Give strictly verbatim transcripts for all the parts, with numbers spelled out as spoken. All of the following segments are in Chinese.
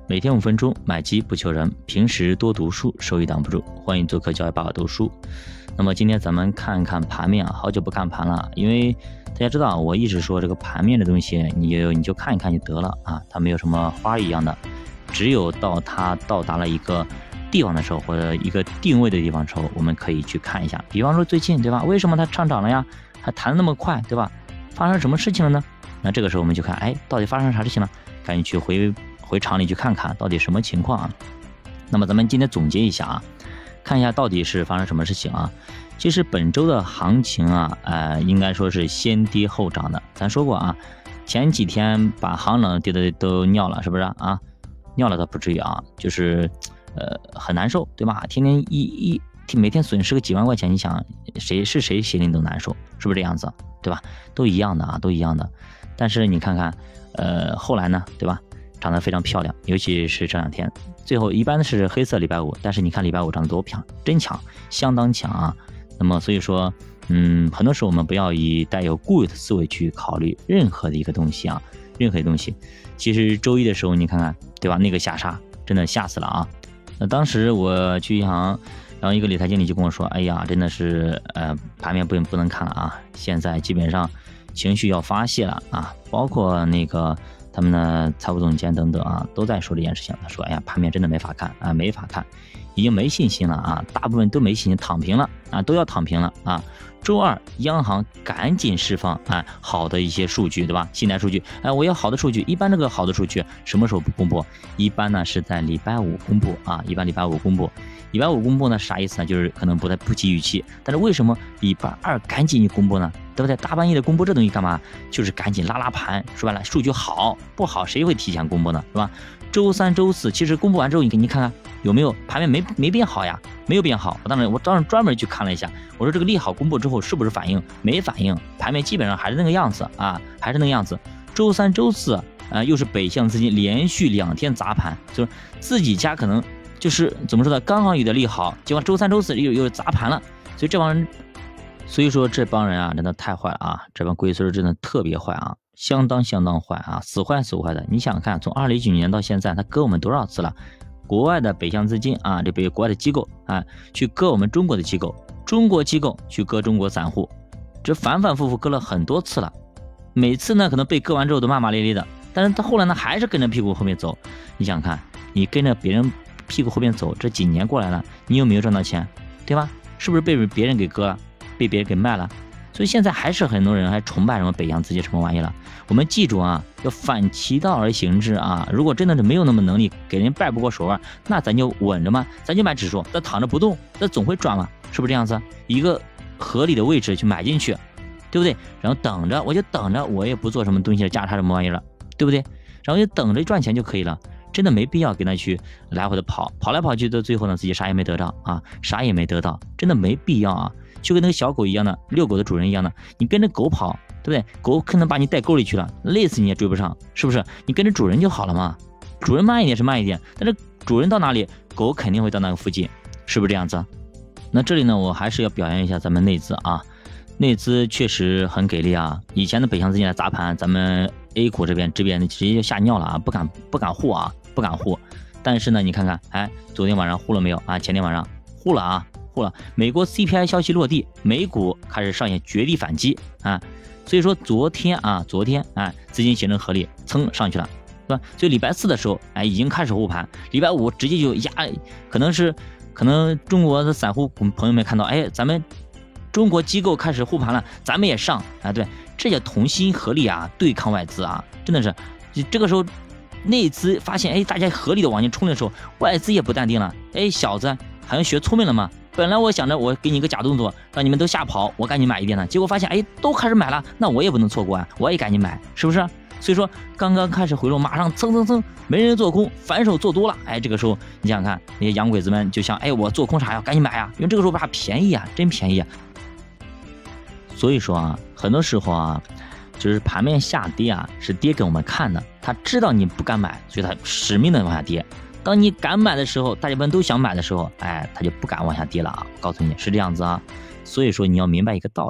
每天五分钟，买基不求人。平时多读书，收益挡不住。欢迎做客教育爸爸读书。那么今天咱们看看盘面啊，好久不看盘了，因为大家知道我一直说这个盘面的东西，你就你就看一看就得了啊，它没有什么花一样的，只有到它到达了一个地方的时候，或者一个定位的地方的时候，我们可以去看一下。比方说最近对吧，为什么它上涨了呀？还弹那么快对吧？发生什么事情了呢？那这个时候我们就看，哎，到底发生啥事情了？赶紧去回回厂里去看看到底什么情况啊。那么咱们今天总结一下啊，看一下到底是发生什么事情啊。其实本周的行情啊，呃，应该说是先跌后涨的。咱说过啊，前几天把行冷跌的都尿了，是不是啊？尿了倒不至于啊，就是呃很难受，对吧？天天一一每天损失个几万块钱，你想谁是谁心里都难受，是不是这样子，对吧？都一样的啊，都一样的。但是你看看，呃，后来呢，对吧？涨得非常漂亮，尤其是这两天，最后一般是黑色礼拜五，但是你看礼拜五涨得多强，真强，相当强啊。那么所以说，嗯，很多时候我们不要以带有固有的思维去考虑任何的一个东西啊，任何东西。其实周一的时候，你看看，对吧？那个下杀真的吓死了啊。那当时我去银行，然后一个理财经理就跟我说：“哎呀，真的是呃盘面不不能看了啊，现在基本上情绪要发泄了啊，包括那个。”他们的财务总监等等啊，都在说这件事情。他说：“哎呀，盘面真的没法看啊，没法看，已经没信心了啊，大部分都没信心，躺平了啊，都要躺平了啊。”周二，央行赶紧释放啊好的一些数据，对吧？信贷数据，哎，我要好的数据。一般这个好的数据什么时候公布？一般呢是在礼拜五公布啊，一般礼拜五公布。礼拜五公布呢啥意思呢？就是可能不太不及预期。但是为什么礼拜二赶紧公布呢？对不对？大半夜的公布这东西干嘛？就是赶紧拉拉盘，说白了，数据好不好，谁会提前公布呢？是吧？周三、周四，其实公布完之后，你你看看有没有盘面没没变好呀？没有变好。我当然我当时专门去看了一下，我说这个利好公布之后是不是反应？没反应，盘面基本上还是那个样子啊，还是那个样子。周三、周四，呃，又是北向资金连续两天砸盘，就是自己家可能就是怎么说呢？刚好有点利好，结果周三、周四又又砸盘了，所以这帮人。所以说这帮人啊，真的太坏了啊！这帮龟孙真的特别坏啊，相当相当坏啊，死坏死坏的。你想想看，从二零一九年到现在，他割我们多少次了？国外的北向资金啊，这边国外的机构啊，去割我们中国的机构，中国机构去割中国散户，这反反复复割了很多次了。每次呢，可能被割完之后都骂骂咧咧的，但是他后来呢，还是跟着屁股后面走。你想想看，你跟着别人屁股后面走，这几年过来了，你有没有赚到钱？对吧？是不是被别人给割了？被别人给卖了，所以现在还是很多人还崇拜什么北向资金什么玩意了。我们记住啊，要反其道而行之啊！如果真的是没有那么能力，给人拜不过手腕，那咱就稳着嘛，咱就买指数，咱躺着不动，那总会赚嘛，是不是这样子？一个合理的位置去买进去，对不对？然后等着，我就等着，我也不做什么东西的价差什么玩意了，对不对？然后就等着赚钱就可以了。真的没必要跟他去来回的跑，跑来跑去的，最后呢自己啥也没得到啊，啥也没得到，真的没必要啊。就跟那个小狗一样的，遛狗的主人一样的，你跟着狗跑，对不对？狗可能把你带沟里去了，累死你也追不上，是不是？你跟着主人就好了嘛。主人慢一点是慢一点，但是主人到哪里，狗肯定会到那个附近，是不是这样子？那这里呢，我还是要表扬一下咱们内资啊，内资确实很给力啊。以前的北向资金来砸盘，咱们 A 股这边这边直接就吓尿了啊，不敢不敢护啊，不敢护。但是呢，你看看，哎，昨天晚上护了没有啊？前天晚上护了啊。了，美国 C P I 消息落地，美股开始上演绝地反击啊！所以说昨天啊，昨天啊，资金形成合力，蹭上去了，对吧？所以礼拜四的时候，哎，已经开始护盘，礼拜五直接就压，可能是可能中国的散户朋友们看到，哎，咱们中国机构开始护盘了，咱们也上啊！对，这叫同心合力啊，对抗外资啊，真的是这个时候。内资发现，哎，大家合力的往前冲的时候，外资也不淡定了，哎，小子好像学聪明了嘛。本来我想着我给你一个假动作，让你们都吓跑，我赶紧买一遍呢。结果发现，哎，都开始买了，那我也不能错过啊，我也赶紧买，是不是？所以说，刚刚开始回落，马上蹭蹭蹭，没人做空，反手做多了。哎，这个时候你想想看，那些洋鬼子们就想，哎，我做空啥呀？赶紧买啊，因为这个时候吧便宜啊，真便宜啊。所以说啊，很多时候啊。就是盘面下跌啊，是跌给我们看的。他知道你不敢买，所以他使命的往下跌。当你敢买的时候，大家们都想买的时候，哎，他就不敢往下跌了啊！我告诉你是这样子啊。所以说你要明白一个道理啊，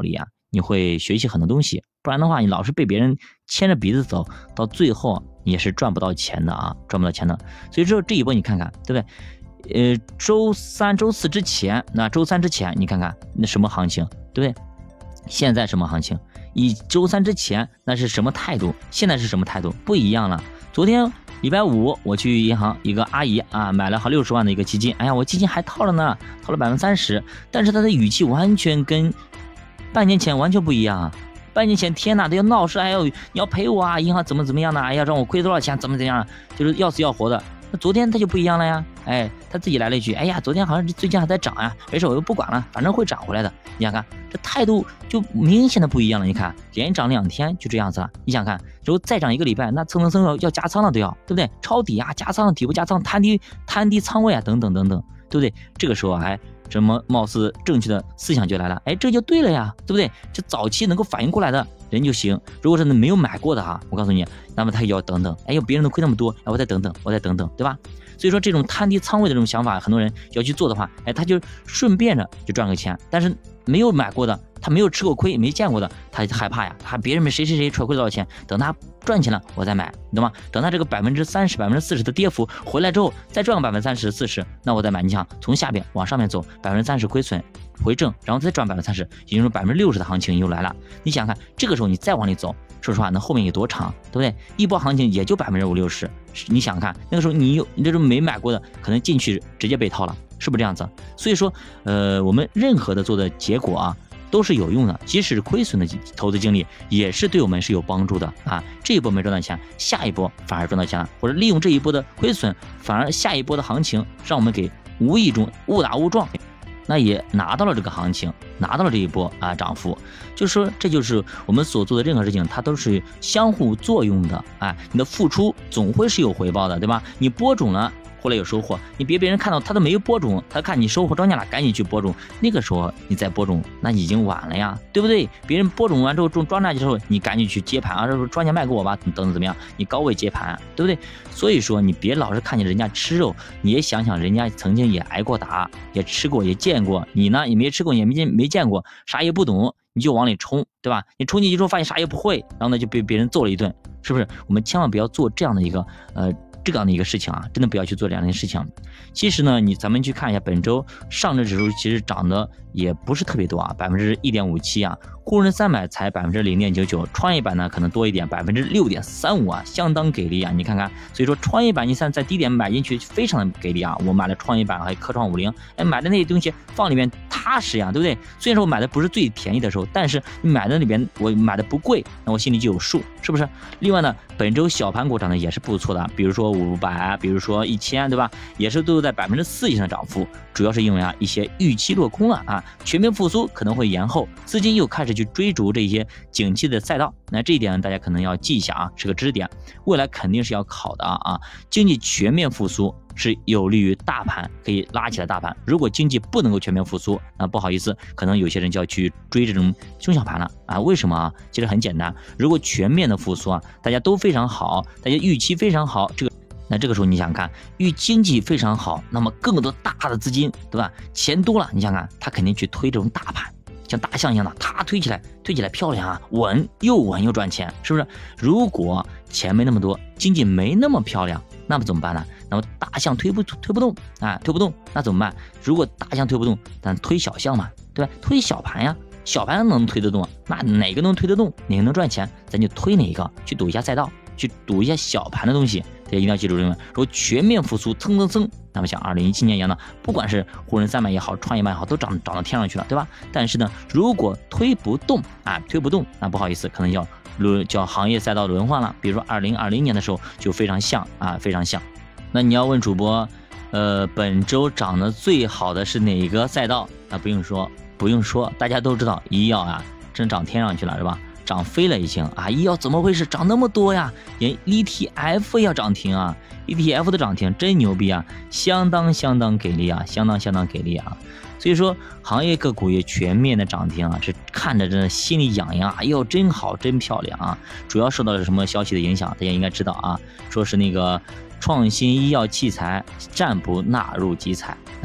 你会学习很多东西，不然的话你老是被别人牵着鼻子走，到最后你也是赚不到钱的啊，赚不到钱的。所以说这一波你看看，对不对？呃，周三、周四之前，那周三之前你看看那什么行情，对不对？现在什么行情？以周三之前那是什么态度？现在是什么态度？不一样了。昨天礼拜五我去银行，一个阿姨啊买了好六十万的一个基金，哎呀，我基金还套了呢，套了百分之三十，但是她的语气完全跟半年前完全不一样啊。半年前天哪，都要闹事，哎呦，你要赔我啊，银行怎么怎么样呢？哎呀，让我亏多少钱，怎么怎么样，就是要死要活的。那昨天他就不一样了呀，哎，他自己来了一句，哎呀，昨天好像最近还在涨呀，没事，我又不管了，反正会涨回来的。你想看，这态度就明显的不一样了。你看，连涨两天就这样子了。你想看，如果再涨一个礼拜，那蹭蹭蹭要要加仓了都要，对不对？抄底啊，加仓，底部加仓，摊低摊低仓位啊，等等等等，对不对？这个时候还什么貌似正确的思想就来了，哎，这就对了呀，对不对？这早期能够反应过来的人就行。如果是没有买过的哈，我告诉你，那么他要等等，哎呦，别人都亏那么多，哎，我再等等，我再等等，对吧？所以说这种摊低仓位的这种想法，很多人要去做的话，哎，他就顺便着就赚个钱。但是没有买过的，他没有吃过亏，没见过的，他害怕呀，他别人谁谁谁揣亏多少钱，等他赚钱了我再买，你懂吗？等他这个百分之三十、百分之四十的跌幅回来之后，再赚个百分之三十、四十，那我再买。你想从下边往上面走，百分之三十亏损回正，然后再赚百分之三十，也就是说百分之六十的行情又来了。你想想看，这个时候你再往里走，说实话，那后面有多长，对不对？一波行情也就百分之五六十，你想想看，那个时候你有你这种没买过的，可能进去直接被套了，是不是这样子？所以说，呃，我们任何的做的结果啊，都是有用的，即使是亏损的投资经历，也是对我们是有帮助的啊。这一波没赚到钱，下一波反而赚到钱了，或者利用这一波的亏损，反而下一波的行情让我们给无意中误打误撞，那也拿到了这个行情，拿到了这一波啊涨幅。就是说，这就是我们所做的任何事情，它都是相互作用的啊。你的付出总会是有回报的，对吧？你播种了，后来有收获，你别别人看到他都没有播种，他看你收获庄稼了，赶紧去播种，那个时候你再播种，那已经晚了呀，对不对？别人播种完之后种庄稼的时候，你赶紧去接盘啊，说庄稼卖给我吧，等等怎么样？你高位接盘，对不对？所以说你别老是看见人家吃肉，你也想想人家曾经也挨过打，也吃过，也见过，你呢也没吃过，也没见没见过，啥也不懂，你就往里冲，对吧？你冲进去之后发现啥也不会，然后呢就被别人揍了一顿，是不是？我们千万不要做这样的一个呃。这样的一个事情啊，真的不要去做这样的事情。其实呢，你咱们去看一下本周上证指数，其实涨的也不是特别多啊，百分之一点五七啊，沪深三百才百分之零点九九，创业板呢可能多一点，百分之六点三五啊，相当给力啊！你看看，所以说创业板你现在在低点买进去非常的给力啊！我买了创业板还有科创五零，哎，买的那些东西放里面踏实呀，对不对？虽然说我买的不是最便宜的时候，但是你买的里边我买的不贵，那我心里就有数，是不是？另外呢，本周小盘股涨的也是不错的，比如说五百，比如说一千，对吧？也是都有在百分之四以上的涨幅，主要是因为啊一些预期落空了啊，全面复苏可能会延后，资金又开始去追逐这些景气的赛道，那这一点大家可能要记一下啊，是个知识点，未来肯定是要考的啊。经济全面复苏是有利于大盘，可以拉起来大盘。如果经济不能够全面复苏，那不好意思，可能有些人就要去追这种中小盘了啊。为什么啊？其实很简单，如果全面的复苏啊，大家都非常好，大家预期非常好，这个那这个时候你想看，预经济非常好，那么更多大的资金，对吧？钱多了，你想看，他肯定去推这种大盘。像大象一样的，它推起来，推起来漂亮啊，稳又稳又赚钱，是不是？如果钱没那么多，经济没那么漂亮，那么怎么办呢？那么大象推不推不动啊，推不动，那怎么办？如果大象推不动，咱推小象嘛，对吧？推小盘呀，小盘能推得动，那哪个能推得动，哪个能赚钱，咱就推哪一个，去赌一下赛道，去赌一下小盘的东西。大家一定要记住这个，如果全面复苏，蹭蹭蹭，那么像二零一七年一样的，不管是沪深三百也好，创业板也好，都涨涨到天上去了，对吧？但是呢，如果推不动啊，推不动，那不好意思，可能要轮叫行业赛道轮换了。比如说二零二零年的时候就非常像啊，非常像。那你要问主播，呃，本周涨得最好的是哪个赛道？那不用说，不用说，大家都知道，医药啊，真涨天上去了，是吧？涨飞了已经啊！医药怎么回事？涨那么多呀？连 E T F 要涨停啊 ！E T F 的涨停真牛逼啊！相当相当给力啊！相当相当给力啊！所以说，行业个股也全面的涨停啊，这看着真的心里痒痒啊！哟，真好，真漂亮啊！主要受到了什么消息的影响？大家应该知道啊，说是那个创新医药器材暂不纳入集采，哎，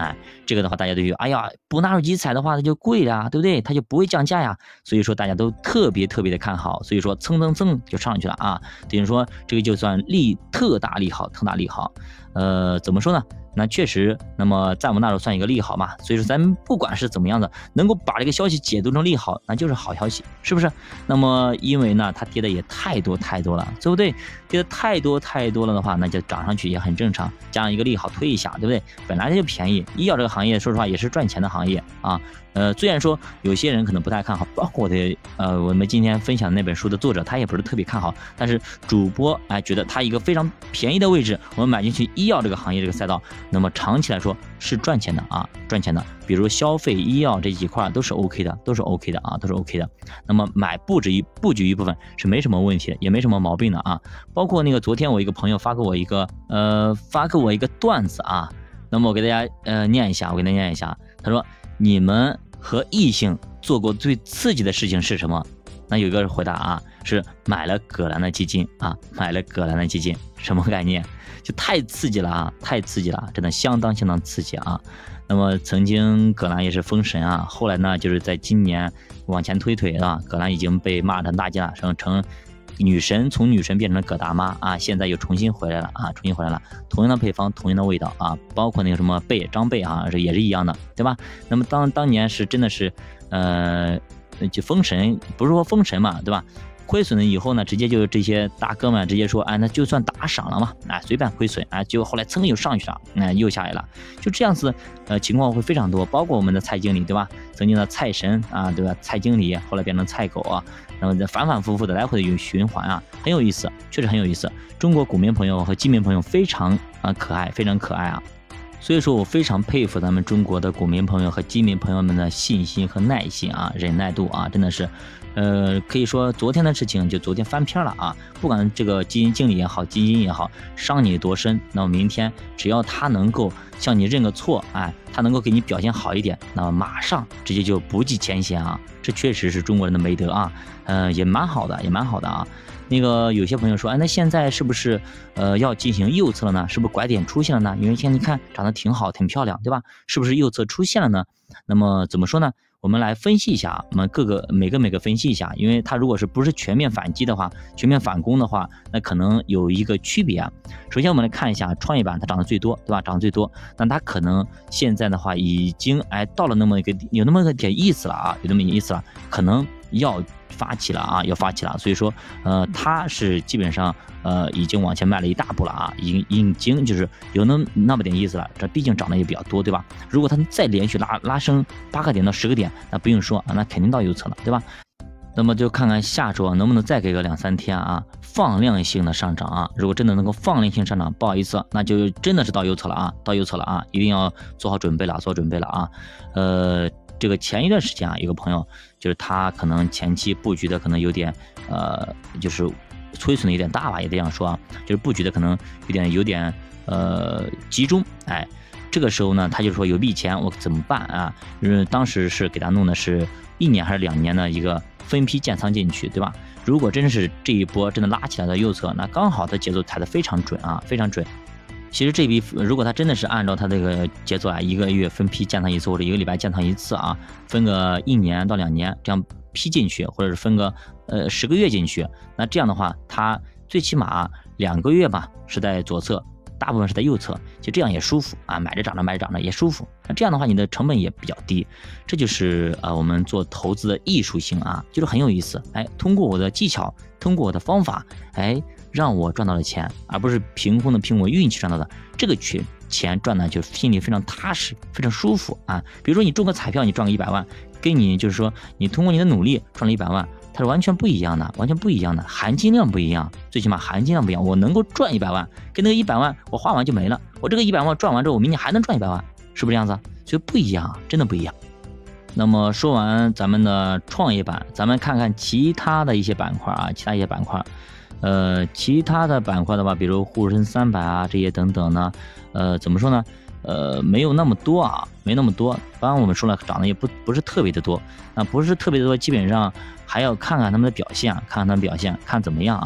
这个的话大家都有，哎呀，不纳入集采的话它就贵了，对不对？它就不会降价呀，所以说大家都特别特别的看好，所以说蹭蹭蹭就上去了啊，等于说这个就算利特大利好，特大利好。呃，怎么说呢？那确实，那么暂不纳入算一个利好嘛，所以说咱们不管是怎么样的，能够把这个消息解读成利好，那就是好消息，是不是？那么因为呢，它跌的也太多太多了，对不对？跌的太多太多了的话，那就涨上去也很正常，加上一个利好推一下，对不对？本来就便宜，医药这个行业说实话也是赚钱的行业啊。呃，虽然说有些人可能不太看好，包括我的呃，我们今天分享的那本书的作者，他也不是特别看好，但是主播哎觉得他一个非常便宜的位置，我们买进去医药这个行业这个赛道，那么长期来说是赚钱的啊，赚钱的。比如消费、医药这几块都是 OK 的，都是 OK 的啊，都是 OK 的。那么买布置一布局一部分是没什么问题的，也没什么毛病的啊。包括那个昨天我一个朋友发给我一个呃发给我一个段子啊，那么我给大家呃念一下，我给大家念一下，他说你们和异性做过最刺激的事情是什么？那有一个回答啊，是买了葛兰的基金啊，买了葛兰的基金，什么概念？就太刺激了啊，太刺激了，真的相当相当刺激啊。那么曾经葛兰也是封神啊，后来呢，就是在今年往前推推啊，葛兰已经被骂成大街了，成成女神，从女神变成了葛大妈啊，现在又重新回来了啊，重新回来了，同样的配方，同样的味道啊，包括那个什么贝张贝啊，是也是一样的，对吧？那么当当年是真的是，呃，就封神，不是说封神嘛，对吧？亏损了以后呢，直接就这些大哥们直接说，哎，那就算打赏了嘛，哎，随便亏损，哎，结果后来噌又上去了，哎，又下来了，就这样子，呃，情况会非常多，包括我们的蔡经理，对吧？曾经的蔡神啊，对吧？蔡经理后来变成蔡狗啊，然后反反复复的来回的有循环啊，很有意思，确实很有意思。中国股民朋友和基民朋友非常啊可爱，非常可爱啊。所以说我非常佩服咱们中国的股民朋友和基民朋友们的信心和耐心啊，忍耐度啊，真的是，呃，可以说昨天的事情就昨天翻篇了啊。不管这个基金经理也好，基金也好，伤你多深，那么明天只要他能够向你认个错，哎，他能够给你表现好一点，那么马上直接就不计前嫌啊，这确实是中国人的美德啊，呃，也蛮好的，也蛮好的啊。那个有些朋友说，哎，那现在是不是呃要进行右侧了呢？是不是拐点出现了呢？因为现在你看长得挺好，挺漂亮，对吧？是不是右侧出现了呢？那么怎么说呢？我们来分析一下，我们各个每个每个分析一下，因为它如果是不是全面反击的话，全面反攻的话，那可能有一个区别啊。首先我们来看一下创业板，它涨得最多，对吧？涨得最多，那它可能现在的话已经哎到了那么一个有那么个点意思了啊，有那么一个意思了，可能要发起了啊，要发起了，所以说呃它是基本上呃已经往前迈了一大步了啊，已经已经就是有那那么点意思了，这毕竟涨得也比较多，对吧？如果它再连续拉拉升八个点到十个点，那不用说啊，那肯定到右侧了，对吧？那么就看看下周啊能不能再给个两三天啊，放量性的上涨啊，如果真的能够放量性上涨，不好意思，那就真的是到右侧了啊，到右侧了啊，一定要做好准备了，做好准备了啊，呃。这个前一段时间啊，有个朋友就是他可能前期布局的可能有点呃，就是亏损的有点大吧，也这样说啊，就是布局的可能有点有点呃集中，哎，这个时候呢，他就说有笔钱我怎么办啊？就是当时是给他弄的是一年还是两年的一个分批建仓进去，对吧？如果真是这一波真的拉起来的右侧，那刚好的节奏踩得非常准啊，非常准。其实这笔如果他真的是按照他这个节奏啊，一个月分批建仓一次，或者一个礼拜建仓一次啊，分个一年到两年这样批进去，或者是分个呃十个月进去，那这样的话，他最起码两个月吧是在左侧，大部分是在右侧，就这样也舒服啊，买着涨着买着涨着也舒服。那这样的话，你的成本也比较低，这就是呃我们做投资的艺术性啊，就是很有意思。哎，通过我的技巧，通过我的方法，哎。让我赚到了钱，而不是凭空的凭我运气赚到的，这个钱钱赚的就心里非常踏实，非常舒服啊。比如说你中个彩票，你赚个一百万，跟你就是说你通过你的努力赚了一百万，它是完全不一样的，完全不一样的，含金量不一样，最起码含金量不一样。我能够赚一百万，跟那个一百万我花完就没了，我这个一百万赚完之后，我明年还能赚一百万，是不是这样子？所以不一样，真的不一样。那么说完咱们的创业板，咱们看看其他的一些板块啊，其他一些板块。呃，其他的板块的话，比如沪深三百啊这些等等呢，呃，怎么说呢？呃，没有那么多啊，没那么多。当然我们说了，涨得也不不是特别的多，那不是特别的多，基本上还要看看他们的表现，看看他们表现，看怎么样啊。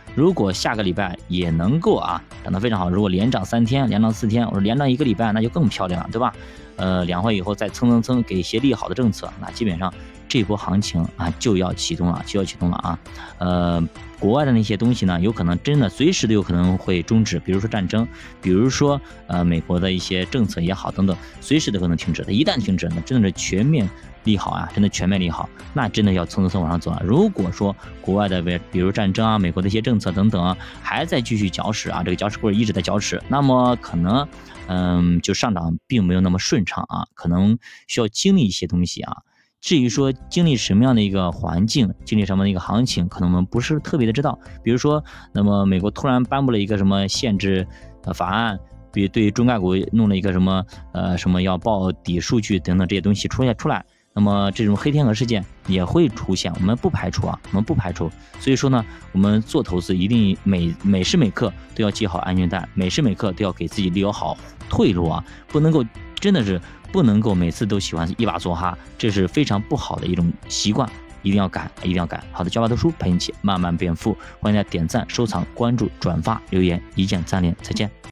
如果下个礼拜也能够啊涨得非常好，如果连涨三天、连涨四天，或者连涨一个礼拜，那就更漂亮了，对吧？呃，两会以后再蹭蹭蹭给一些利好的政策，那基本上这波行情啊就要启动了，就要启动了啊。呃，国外的那些东西呢，有可能真的随时都有可能会终止，比如说战争，比如说呃美国的一些政策也好等等，随时都可能停止的。一旦停止，那真的是全面利好啊，真的全面利好，那真的要蹭蹭蹭往上走了。如果说国外的比如战争啊、美国的一些政策等等啊，还在继续搅屎啊，这个搅屎棍一直在搅屎，那么可能嗯就上涨并没有那么顺畅啊，可能需要经历一些东西啊。至于说经历什么样的一个环境，经历什么样的一个行情，可能我们不是特别的知道。比如说，那么美国突然颁布了一个什么限制呃法案，比如对于中概股弄了一个什么呃什么要报底数据等等这些东西出现出来，那么这种黑天鹅事件也会出现，我们不排除啊，我们不排除。所以说呢，我们做投资一定每每时每刻都要系好安全带，每时每刻都要给自己留好退路啊，不能够真的是不能够每次都喜欢一把梭哈，这是非常不好的一种习惯，一定要改，一定要改。好的，教爸读书陪你一起慢慢变富，欢迎大家点赞、收藏、关注、转发、留言，一键三连，再见。